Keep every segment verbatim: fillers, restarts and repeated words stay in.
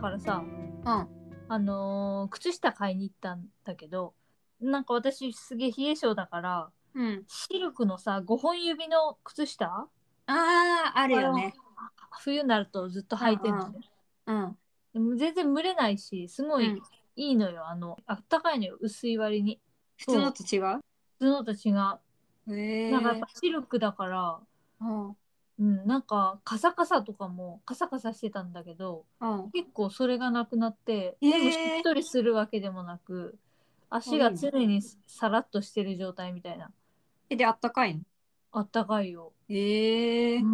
からさ、 うん。 あのー靴下買いに行ったんだけど、なんか私すげえ冷え性だから、 うん。 シルクのさ、ごほん指の靴下ああ、あるあのよね。 冬になるとずっと履いてんのね。 うん。うん。 でも全然蒸れないし、すごいうん。 いいのよ。あの、あったかいのよ、薄い割に。 普通そう、 のと違う？ 普通のと違う。なんかやっへえ。 ぱシルクだから、 うん。 うん、なんかカサカサとかもカサカサしてたんだけど、 うん。 結構それがなくなって、でもしへえ。 っとりするわけでもなく、足あ、いがいね。 常にさらっとしてる状態みたいな。 え、で、あったかいの？ あったかいよ。 へえ。 うん。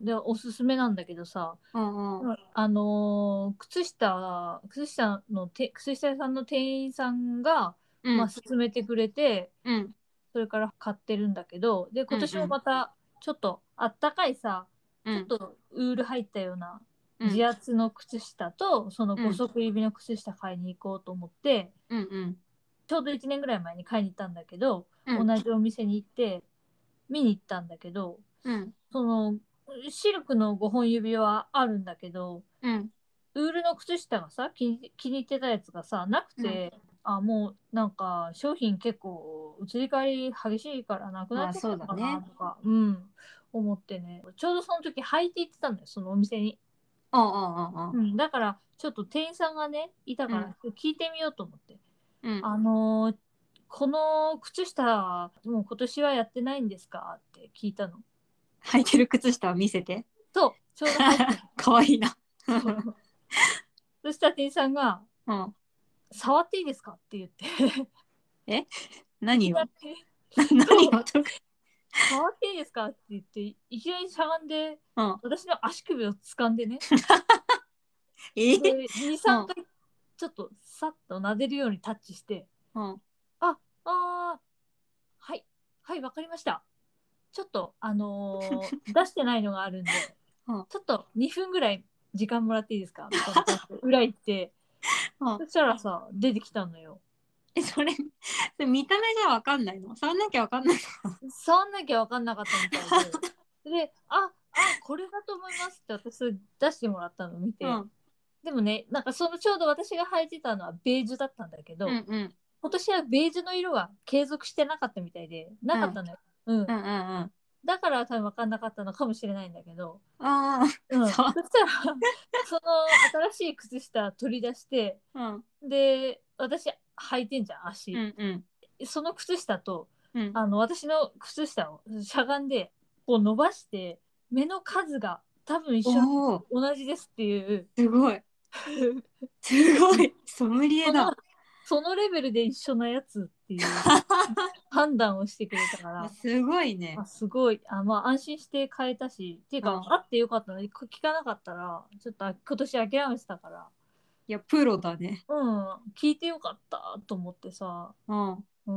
で、おすすめなんだけどさ、 うんうん。 あのー靴下、靴下のて、靴下屋さんの店員さんが、まあ、 うん。 勧めてくれて、 うん。 それから買ってるんだけど、で、今年もうんうん。 また、ちょっとあったかいさ、 うん。 ちょっとウール入ったようなうん。 自圧の靴下と、そのうん。 ご足指の靴下買いに行こうと思って、 うん。 ちょうどいちねんぐらい前に買いに行ったんだけど、 うん。 同じお店に行って見に行ったんだけど、 うん。 その、シルクのごほん指はあるんだけど、 うん。 ウールの靴下がさ、気に気に入ってたやつがさ、なくうん。 て、あ、もうなんか商品結構移り変わり激しいからなくなまあ、 っちゃっそたのかなうだね。 とか、うん、思ってね。ちょうどその時履いて行ってたんだよ、そのお店に。 ああ、ああ、ああ。 うん、だからちょっと店員さんがね、いたうん。 から聞いてみようと思って。 うん。 あのーこの靴下、もう今年はやってないんですかって聞いたの。 履いてる靴下を見せて。 そう、ちょうど履いてる。 かわいいな。 そう。そしたら店員さんが、 うん。 触っていいですかって言って。 え、 いき何を？ なり、 何そう、 をとか。 触っていいですかって言って、いきなりしゃがんで、 うん。 私の足首を掴んでね。 えー、 で、に、3 うん。 回、ちょっとさっと撫でるようにタッチして、 うん。 あ、あー、はい、はい、わかりました。ちょっと、あのー出してないのがあるんで、 うん。 ちょっとにふんぐらい時間もらっていいですかみたいな感じで、裏行って、 うん。 そしたらさ、出てきたのよ。 え、それ、それ見た目じゃわかんないの？触んなきゃわかんない触んなきゃ分かんなかったみたいで、で、あ、あ、これだと思いますって私それ出してもらったのを見の？うて、 ん。 でもね、なんかそのちょうど私が履いてたのはベージュだったんだけど、 うんうん。 今年はベージュの色は継続してなかったみたいで、なうん。 かったのよ。うん。 うんうんうん。 だから多分分かんなかったのかもしれないんだけど、 ああ、 うん。 そう。 そしたら、その新しい靴下取り出して、 うん。 で、私履いてんじゃん、 う足。 んうん。 その靴下と、 うん。 あの、私の靴下をしゃがんで、こう伸ばして、目の数が多分一お緒、 お、 同じですっていう、 すごい。すごい。ソムリエその、 だ。 そのレベルで一緒なやつっていう判断をしてくれたから、 すごいね。 あ、すごい、あ、まあ安心して買えたし、っていうか、 うん。 あってよかったのに、聞かなかったら、ちょっとあ今年諦めてたから、 いや、プロだね。 うん、聞いてよかったと思ってさ、 うん。 うん、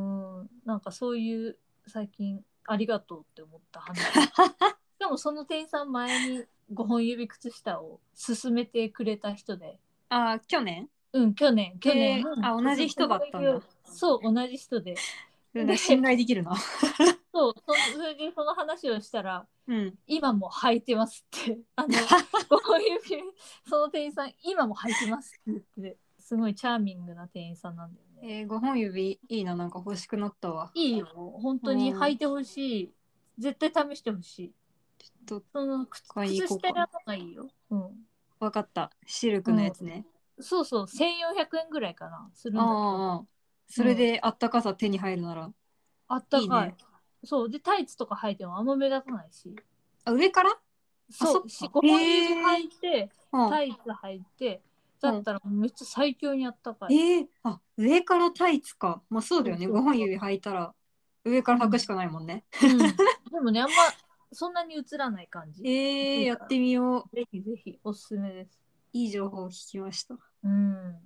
なんかそういう最近ありがとうって思った話。しかもその店員さん前にごほん指靴下を勧めてくれた人で、 あ、去年？ うん、去年、去年、 へえ、あ、 うん、そう、 同じ人だったんだ。 そう、同じ人で。で、 信頼できるな。 そう、そ、それでその話をしたら、 うん。 今も履いてますって、あの、ごほん指、その店員さん、今も履いてますって言って、すごいチャーミングな店員さんなんだよね。 えー、ごほん指いいな、なんか欲しくなったわ。 いいよ。本当にうん。 履いてほしい。絶対試してほしい。 ちょっとその靴、 買いに靴行こうかな。 下屋の方がいいよ。うん。 わかった。シルクのうん。 やつね。 そうそう。せんよんひゃくえんぐらいかな。するんだけど。 ああ、それうん。 であったかさ手に入るならあったかい。 いいね。 そう。で、タイツとか履いてもあんま目立たないし。 あ、上から？あ、そそう。し、 っか。 ごほん指履へえ。 いて、 うん。 タイツ履いて、だうん。 ったらめっちゃ最強にあったかい。 ええ、あ、上からタイツか。まあそうだよね。 そうそうごほんそう。 指履いたら上からうん。 履くしかないもんね。 うん。でもね、あんま、そんなに映らない感じ。 ええ、やっいいから。 てみよう。 ぜひぜひ、おすすめです。 いい情報を聞きました。好うん。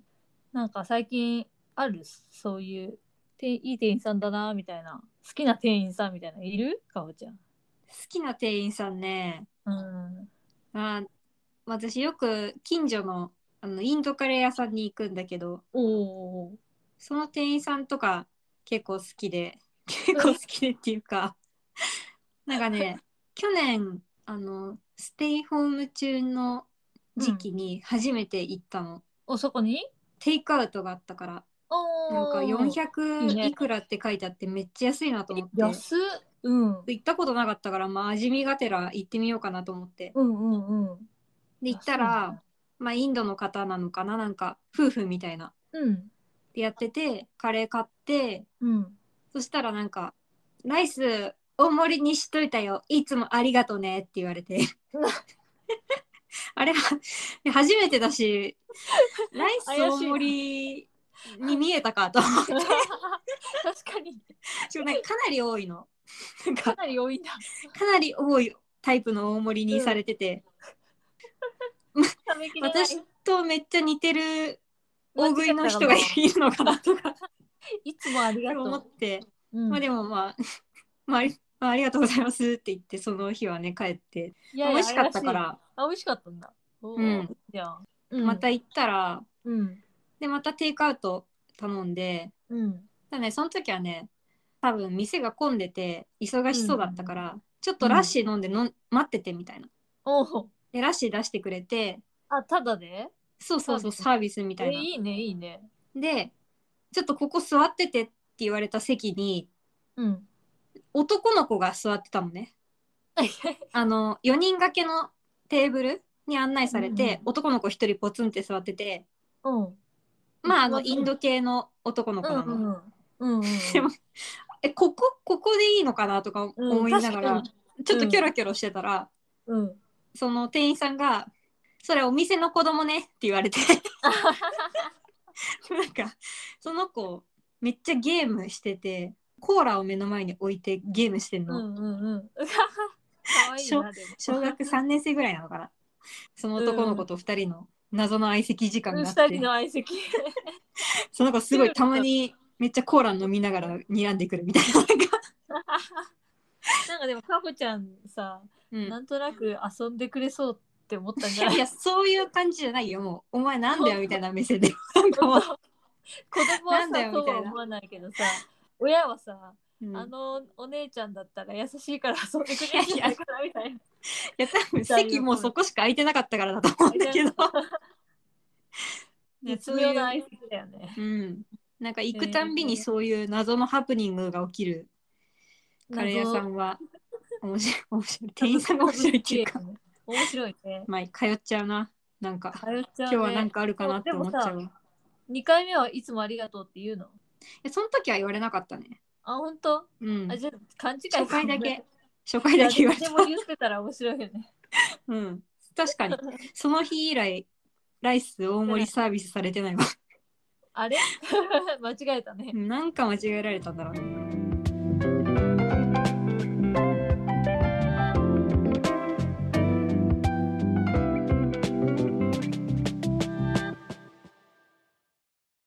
なんか最近あるそういうていい店員さんだなみたいな好きな店員さんみたいないるかおちゃん。 きな店員さんね。 うん。 あ、私よく近所の、あのインドカレー屋さんに行くんだけど、 おお。 その店員さんとか結構好きで、結構好えきでっていうか、なんかね、去年、あの、ステイホーム中のうん。 時期に初めて行ったの。 お、そこにテイクアウトがあったから、 おーなんかよんひゃくいいねいくらって書いてあってめっちゃ安いなと思って、 安っ。うん。 行ったことなかったから、まあ味見がてら行ってみようかなと思って、 うんうんうん。 で行った安いら、 ねまあインドの方なのかな、なんか夫婦みたいなうん。 でやってて、カレー買って、 うん。 そしたらなんかライス大盛りにしといたよ、いつもありがとねって言われてあれは初めてだし、ライス大盛りに見えたかと思って確かに。 しかもなんかかなり多いのなんかかなり多いんだ。 かなり多いタイプの大盛りにされてて、 食べきれない。 私とめっちゃ似てる大食いの人がいるのかなとかいつもありがとう。 思って、 うん、 まあでもまあ、まあ、ありまあありがとうございますって言って、その日はね帰って、 いやいや美味しかったから、 あ、美味しかったんだ。 うん、 じゃあ、 うん、また行ったら、 うん、 でまたテイクアウト頼んで、 うん、 だね、その時はね、多分店が混んでて忙しそうだったから、うん、ちょっとラッシー飲んでの、うん、待っててみたいな。 おでラッシー出してくれて、 あ、ただでそうそうそう、サービスみたいな。 え、いいねいいね。 でちょっとここ座っててって言われた席に、 うん、 男の子が座ってたのねあのよにん掛けのテーブルに案内されて、うんうん、男の子一人ポツンって座ってて、うん、まああのインド系の男の子なの、うんうんうんうん、でもえここここでいいのかなとか思いながら、うん、ちょっとキョロキョロしてたら、うん、その店員さんが「それお店の子供ね」って言われてなんかその子めっちゃゲームしてて、コーラを目の前に置いてゲームしてんの、うんうんうん、かわいいな。でも小学さんねん生ぐらいなのかなその男の子とふたりの謎の相席時間があって、うん、ふたりの相席その子すごいたまにめっちゃコーラ飲みながら睨んでくるみたいななんかでもかほちゃんさ、うん、なんとなく遊んでくれそうって思ったんじゃない？ いやそういう感じじゃないよ、もうお前なんだよみたいな目線でなんかもう子供はさそうは思わないけどさ、親はさ、うん、あのお姉ちゃんだったら優しいから遊んでくれるんじゃないかなみたいな。いや多分席もそこしか空いてなかったからだと思うんだけど絶妙な相席だよね。 うん、なんか行くたんびにそういう謎のハプニングが起きるカレー屋さんは面白い、面白い、店員さんが面白いっていうか面白いね。 まあ通っちゃうな、なんか通っちゃう、ね、 今日はなんかあるかなって思っちゃう。 にかいめはいつもありがとうって言うの？ えその時は言われなかったね。 あ、本当？ うん。 あ、じゃあ勘違い、 初回だけ初回だけ言われた。 でも言ってたら面白いよね。 うん、確かにその日以来ライス大盛りサービスされてないわあれ間違えたね。 なんか間違えられたんだろうね。